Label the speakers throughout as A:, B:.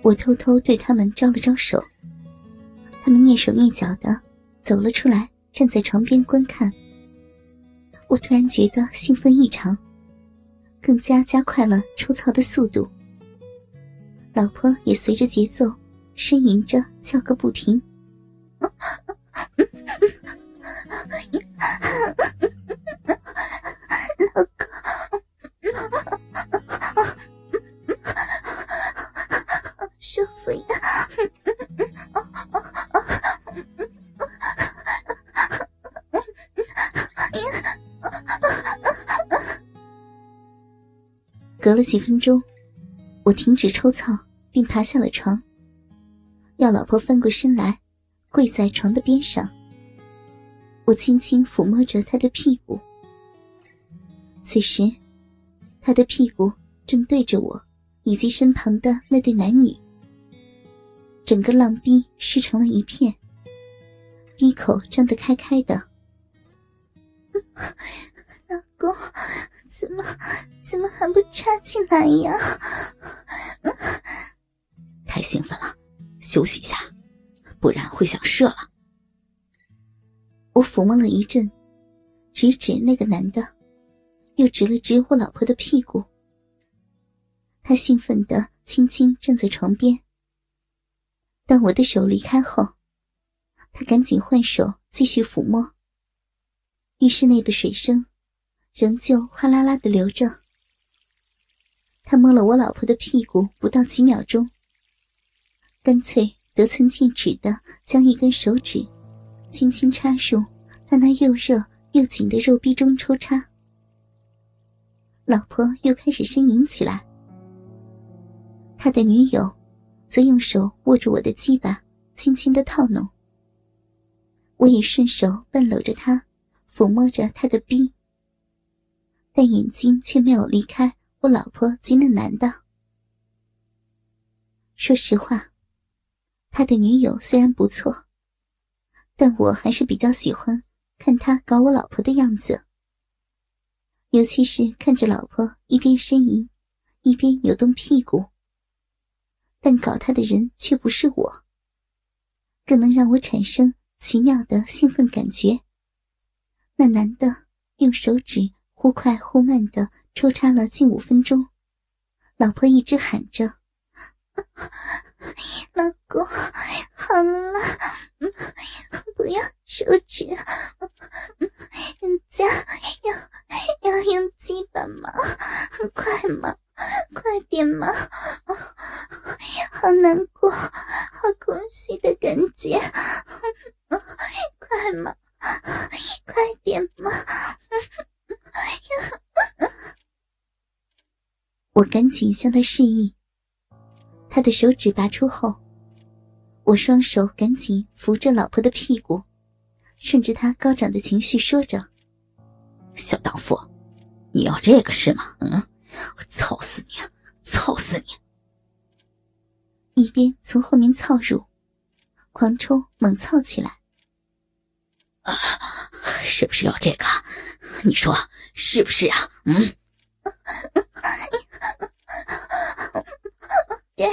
A: 我偷偷对他们招了招手，他们蹑手蹑脚地走了出来，站在床边观看。我突然觉得兴奋异常，更加快了抽操的速度。老婆也随着节奏呻吟着叫个不停。老公，好舒服呀！隔了几分钟，我停止抽操，并爬下了床，要老婆翻过身来，跪在床的边上。我轻轻抚摸着她的屁股。此时，她的屁股正对着我以及身旁的那对男女，整个浪逼湿成了一片，逼口张得开开的。老公，怎么还不插进来呀？
B: 太兴奋了，休息一下，不然会想射了。
A: 我抚摸了一阵，直指那个男的，又指了指我老婆的屁股。他兴奋地轻轻站在床边。当我的手离开后，他赶紧换手继续抚摸。浴室内的水声仍旧哗啦啦地流着。他摸了我老婆的屁股不到几秒钟，干脆得寸进尺地将一根手指轻轻插入他那又热又紧的肉壁中抽插。老婆又开始呻吟起来，他的女友则用手握住我的鸡巴，轻轻地套弄。我也顺手半搂着他，抚摸着他的逼，但眼睛却没有离开我老婆及那男的。说实话，他的女友虽然不错，但我还是比较喜欢看他搞我老婆的样子，尤其是看着老婆一边呻吟一边扭动屁股，但搞他的人却不是我，更能让我产生奇妙的兴奋感觉。那男的用手指忽快忽慢地抽插了近5分钟，老婆一直喊着：老公，好了，不要手指，人家要用鸡巴嘛，快嘛，快点嘛，好难过，好空虚的感觉，快嘛，快点嘛。我赶紧向他示意，他的手指拔出后，我双手赶紧扶着老婆的屁股，顺着他高涨的情绪说着：
B: 小荡妇，你要这个是吗？我操死你，操死你！
A: 一边从后面操入，狂抽猛操起来。
B: 是不是要这个？你说是不是啊？
A: 对，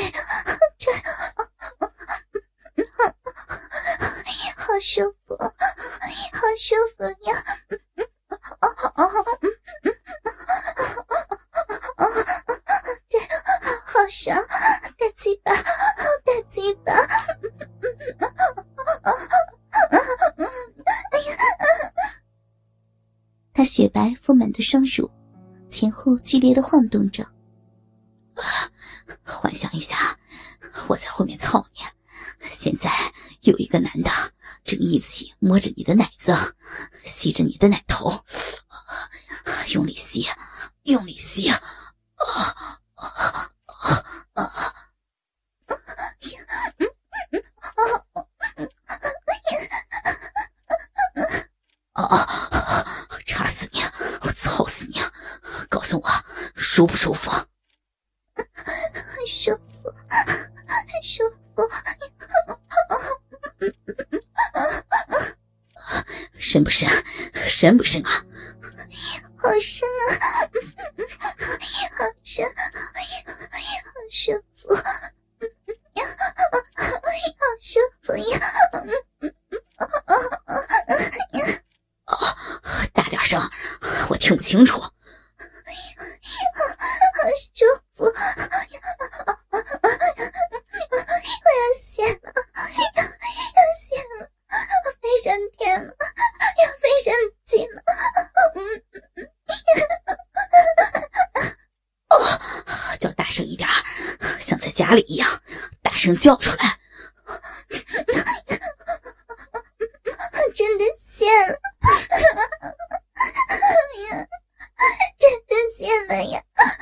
A: 好舒服，好舒服呀！对，好爽，大鸡巴，大鸡巴！他雪白丰满的双乳前后剧烈地晃动着。
B: 幻想一下，我在后面操你，现在有一个男的正一起摸着你的奶子，吸着你的奶头，用力吸，用力吸，插死你，我操死你！告诉我，舒不舒服？
A: 舒服，舒服。
B: 深不深？深不深啊？
A: 好深啊，好深，好舒服。
B: 听不清楚？
A: 好舒服，我要泄了，要泄了，飞上天了，要飞上去了。
B: 叫大声一点，像在家里一样，大声叫出来。
A: 真的泄了，真的泄了呀！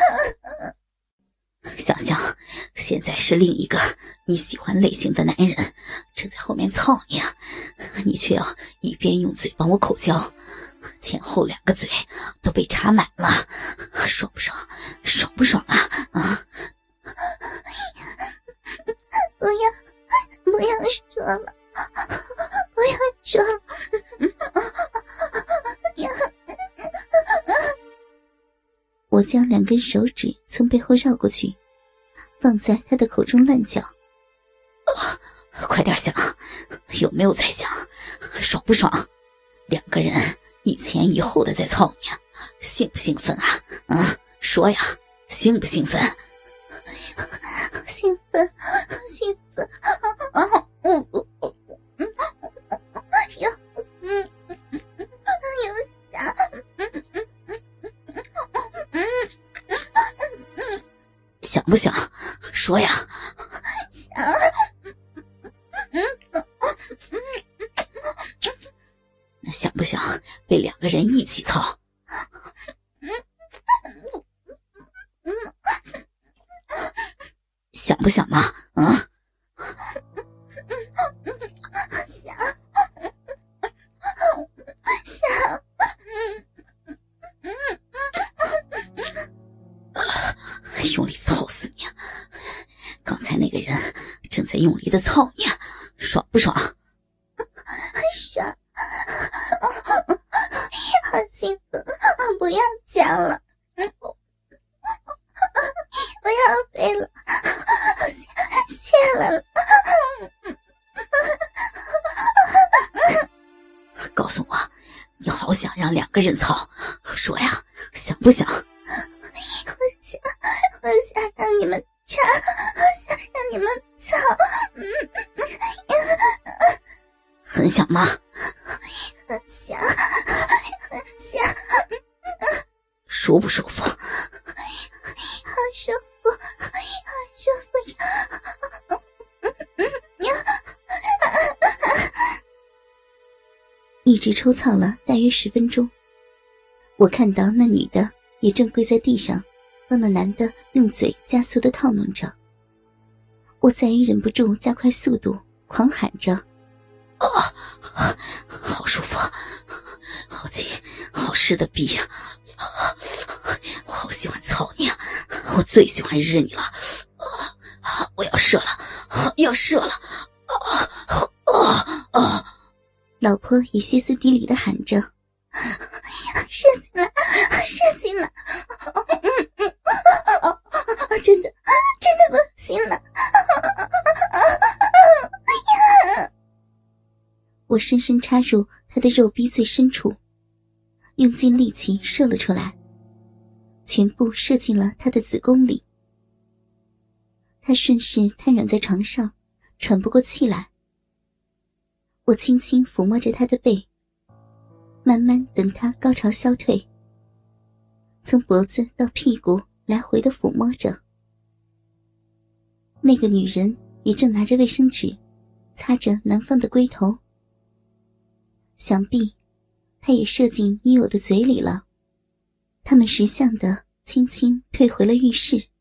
B: 想想现在是另一个你喜欢类型的男人正在后面操你啊，你却要一边用嘴帮我口交，前后2个嘴都被插满了，爽不爽？爽不爽啊？啊！
A: 不要说了，不要说了。我将2根手指从背后绕过去，放在他的口中乱叫。
B: 快点想，有没有在想？爽不爽？2个人一前一后的在操你，兴不兴奋啊？啊，说呀，兴不兴奋？
A: 兴奋，兴奋！
B: 想不想？说呀！想不想被2个人一起操？想不想嘛？啊？
A: 想。
B: 用力操死你！刚才那个人正在用力的操你，爽不爽？
A: 爽，好兴奋！不要讲了，我要飞了，泄了！
B: 告诉我，你好想让2个人操，说呀，想不想？
A: 我想让你们插，我想让你们操，
B: 很想吗？
A: 很想，
B: 舒不舒服？
A: 好舒服，好舒服呀！一直抽操了大约10分钟，我看到那女的也正跪在地上，帮那男的用嘴加速地套弄着。我再也忍不住加快速度，狂喊着：
B: 好舒服，好紧，好湿的逼呀！我好喜欢操你，我最喜欢日你了！我要射了，要射了！
A: 老婆也歇斯底里地喊着：射进来，射进来！真的不行了！我深深插入他的肉壁最深处，用尽力气射了出来，全部射进了他的子宫里。他顺势瘫软在床上，喘不过气来。我轻轻抚摸着他的背，慢慢等他高潮消退，从脖子到屁股来回的抚摸着。那个女人也正拿着卫生纸擦着男方的龟头，想必他也射进女友的嘴里了。他们识相地轻轻退回了浴室。